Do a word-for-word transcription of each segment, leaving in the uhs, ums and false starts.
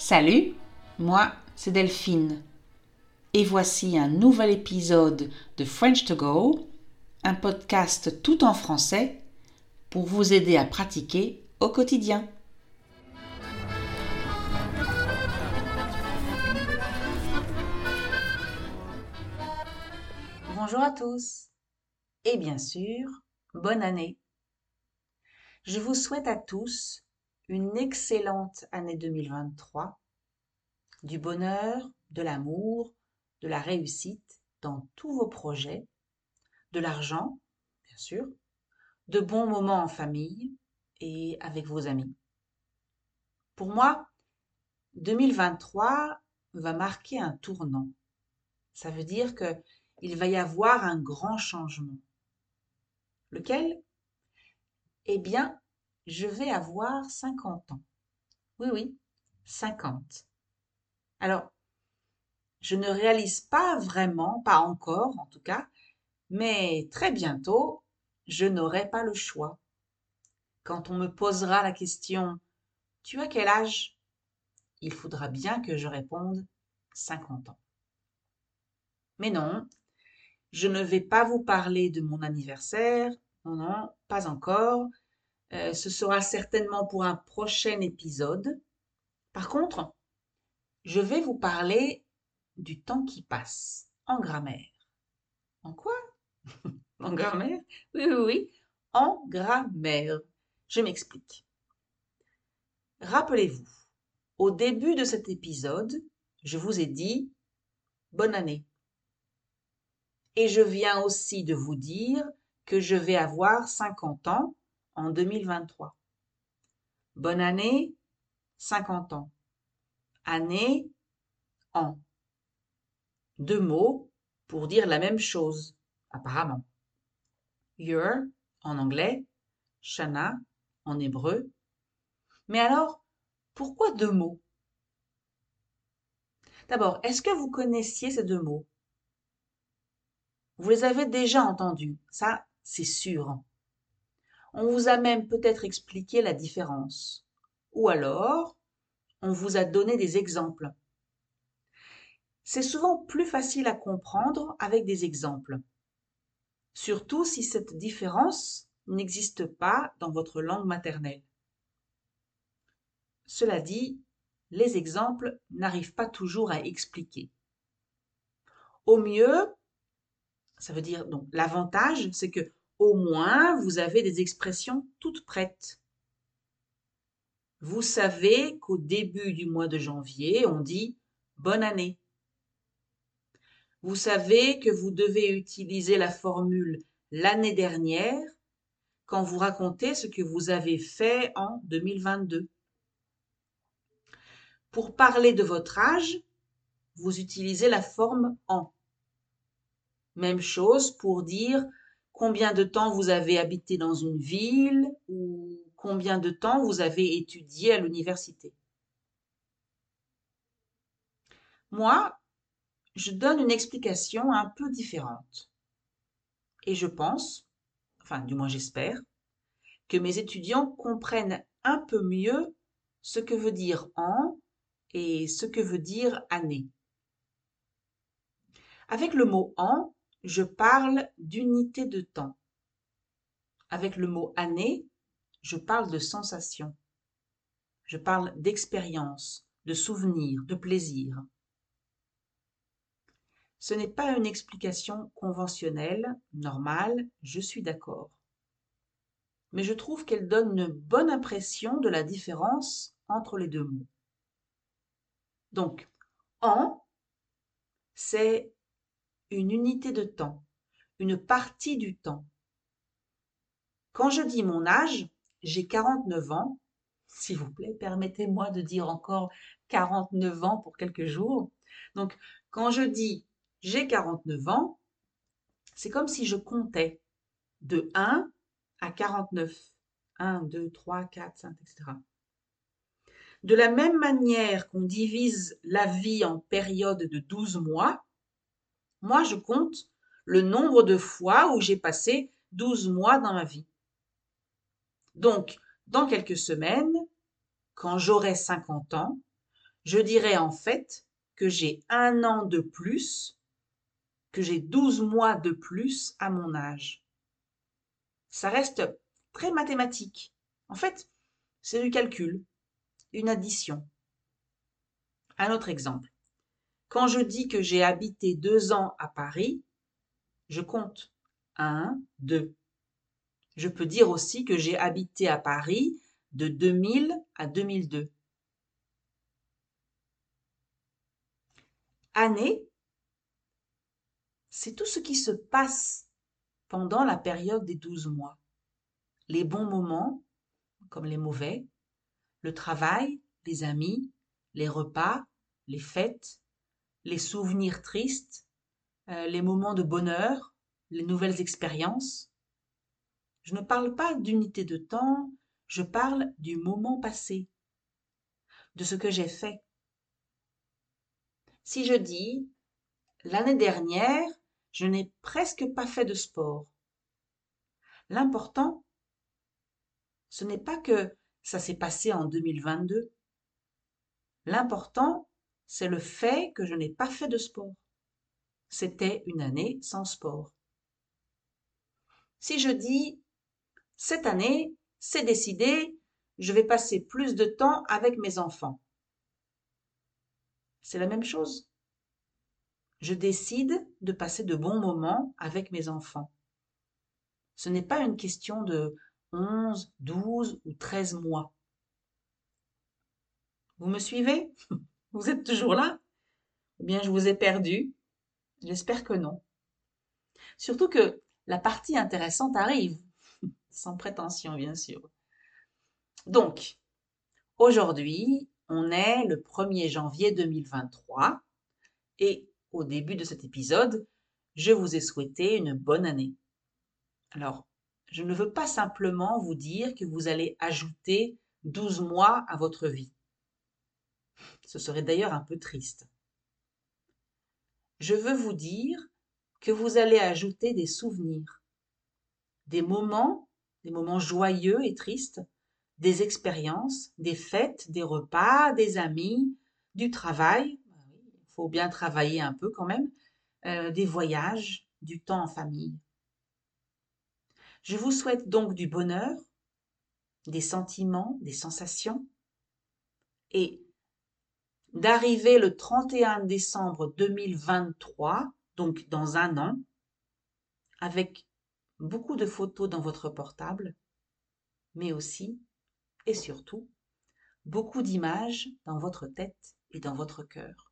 Salut, moi c'est Delphine et voici un nouvel épisode de French to Go, un podcast tout en français pour vous aider à pratiquer au quotidien. Bonjour à tous et bien sûr, bonne année. Je vous souhaite à tous une excellente année deux mille vingt-trois, du bonheur, de l'amour, de la réussite dans tous vos projets, de l'argent, bien sûr, de bons moments en famille et avec vos amis. Pour moi, deux mille vingt-trois va marquer un tournant. Ça veut dire que il va y avoir un grand changement. Lequel? Eh bien, je vais avoir cinquante ans. Oui, oui, cinquante. Alors, je ne réalise pas vraiment, pas encore en tout cas, mais très bientôt, je n'aurai pas le choix. Quand on me posera la question: Tu as quel âge? Il faudra bien que je réponde cinquante ans. Mais non, je ne vais pas vous parler de mon anniversaire. Non, non, pas encore. Euh, ce sera certainement pour un prochain épisode. Par contre, je vais vous parler du temps qui passe en grammaire. En quoi? En grammaire? Oui, oui, oui, en grammaire. Je m'explique. Rappelez-vous, au début de cet épisode, je vous ai dit bonne année. Et je viens aussi de vous dire que je vais avoir cinquante ans en deux mille vingt-trois. Bonne année, cinquante ans. Année, an. Deux mots pour dire la même chose, apparemment. Year en anglais, Shana en hébreu. Mais alors, pourquoi deux mots? D'abord, est-ce que vous connaissiez ces deux mots? Vous les avez déjà entendus, ça c'est sûr. On vous a même peut-être expliqué la différence. Ou alors, on vous a donné des exemples. C'est souvent plus facile à comprendre avec des exemples, surtout si cette différence n'existe pas dans votre langue maternelle. Cela dit, les exemples n'arrivent pas toujours à expliquer. Au mieux, ça veut dire donc l'avantage, c'est que au moins vous avez des expressions toutes prêtes. Vous savez qu'au début du mois de janvier, on dit bonne année. Vous savez que vous devez utiliser la formule l'année dernière quand vous racontez ce que vous avez fait en deux mille vingt-deux. Pour parler de votre âge, vous utilisez la forme en. Même chose pour dire combien de temps vous avez habité dans une ville ou combien de temps vous avez étudié à l'université. Moi, je donne une explication un peu différente. Et je pense, enfin du moins j'espère, que mes étudiants comprennent un peu mieux ce que veut dire an et ce que veut dire année. Avec le mot an, je parle d'unité de temps. Avec le mot année, je parle de sensation. Je parle d'expérience, de souvenir, de plaisir. Ce n'est pas une explication conventionnelle, normale, je suis d'accord. Mais je trouve qu'elle donne une bonne impression de la différence entre les deux mots. Donc, an, c'est une unité de temps, une partie du temps. Quand je dis mon âge, j'ai quarante-neuf ans. S'il vous plaît, permettez-moi de dire encore quarante-neuf ans pour quelques jours. Donc, quand je dis j'ai quarante-neuf ans, c'est comme si je comptais de un à quarante-neuf. un, deux, trois, quatre, cinq, et cetera. De la même manière qu'on divise la vie en périodes de douze mois, moi je compte le nombre de fois où j'ai passé douze mois dans ma vie. Donc, dans quelques semaines, quand j'aurai cinquante ans, Je dirais en fait que j'ai un an de plus, que j'ai douze mois de plus à mon âge. Ça reste très mathématique. En fait, c'est du calcul, une addition. Un autre exemple. Quand je dis que j'ai habité deux ans à Paris, je compte. Un, deux. Je peux dire aussi que j'ai habité à Paris de deux mille à deux mille deux. Année, c'est tout ce qui se passe pendant la période des douze mois. Les bons moments, comme les mauvais, le travail, les amis, les repas, les fêtes, les souvenirs tristes, euh, les moments de bonheur, les nouvelles expériences. Je ne parle pas d'unité de temps, je parle du moment passé, de ce que j'ai fait. Si je dis, l'année dernière, je n'ai presque pas fait de sport. L'important, ce n'est pas que ça s'est passé en deux mille vingt-deux. L'important, c'est le fait que je n'ai pas fait de sport. C'était une année sans sport. Si je dis, cette année, c'est décidé, je vais passer plus de temps avec mes enfants. C'est la même chose. Je décide de passer de bons moments avec mes enfants. Ce n'est pas une question de onze, douze ou treize mois. Vous me suivez? Vous êtes toujours là? Ou bien je vous ai perdu? J'espère que non. Surtout que la partie intéressante arrive, sans prétention bien sûr. Donc, aujourd'hui, on est le premier janvier deux mille vingt-trois et au début de cet épisode, je vous ai souhaité une bonne année. Alors, je ne veux pas simplement vous dire que vous allez ajouter douze mois à votre vie. Ce serait d'ailleurs un peu triste. Je veux vous dire que vous allez ajouter des souvenirs, des moments, des moments joyeux et tristes, des expériences, des fêtes, des repas, des amis, du travail, il faut bien travailler un peu quand même, euh, des voyages, du temps en famille. Je vous souhaite donc du bonheur, des sentiments, des sensations, et d'arriver le trente et un décembre deux mille vingt-trois, donc dans un an, avec beaucoup de photos dans votre portable, mais aussi et surtout beaucoup d'images dans votre tête et dans votre cœur.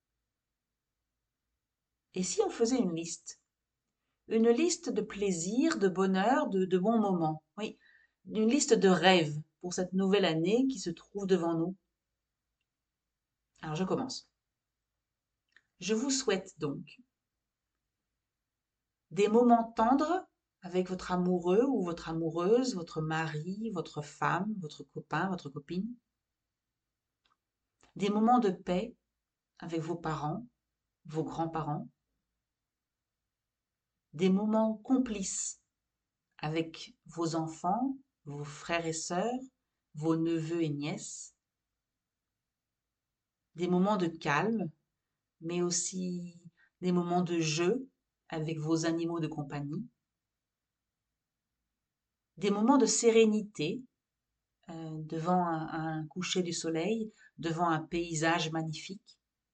Et si on faisait une liste? Une liste de plaisirs, de bonheur, de, de bons moments. Oui, une liste de rêves pour cette nouvelle année qui se trouve devant nous. Alors je commence. Je vous souhaite donc des moments tendres avec votre amoureux ou votre amoureuse, votre mari, votre femme, votre copain, votre copine. Des moments de paix avec vos parents, vos grands-parents. Des moments complices avec vos enfants, vos frères et sœurs, vos neveux et nièces. Des moments de calme, mais aussi des moments de jeu avec vos animaux de compagnie. Des moments de sérénité euh, devant un, un coucher du soleil, devant un paysage magnifique.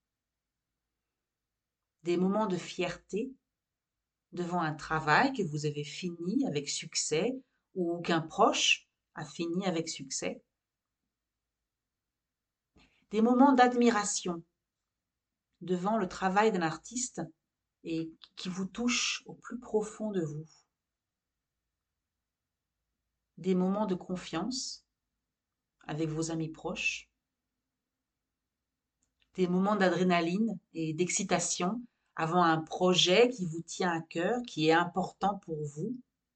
Des moments de fierté devant un travail que vous avez fini avec succès ou qu'un proche a fini avec succès. Des moments d'admiration devant le travail d'un artiste et qui vous touche au plus profond de vous. Des moments de confiance avec vos amis proches. Des moments d'adrénaline et d'excitation avant un projet qui vous tient à cœur, qui est important pour vous.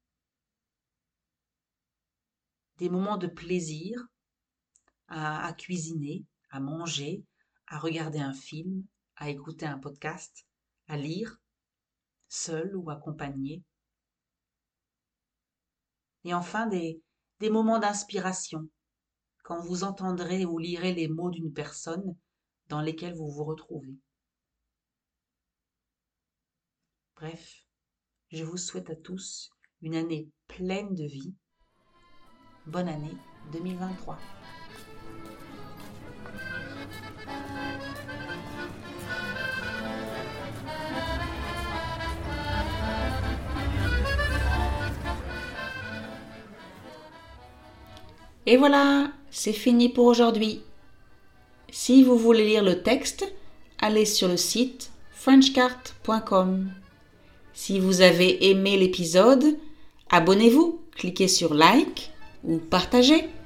Des moments de plaisir à, à cuisiner, à manger, à regarder un film, à écouter un podcast, à lire, seul ou accompagné. Et enfin, des, des moments d'inspiration, quand vous entendrez ou lirez les mots d'une personne dans lesquels vous vous retrouvez. Bref, je vous souhaite à tous une année pleine de vie. Bonne année deux mille vingt-trois. Et voilà, c'est fini pour aujourd'hui. Si vous voulez lire le texte, allez sur le site frenchcart point com. Si vous avez aimé l'épisode, abonnez-vous, cliquez sur like ou partagez.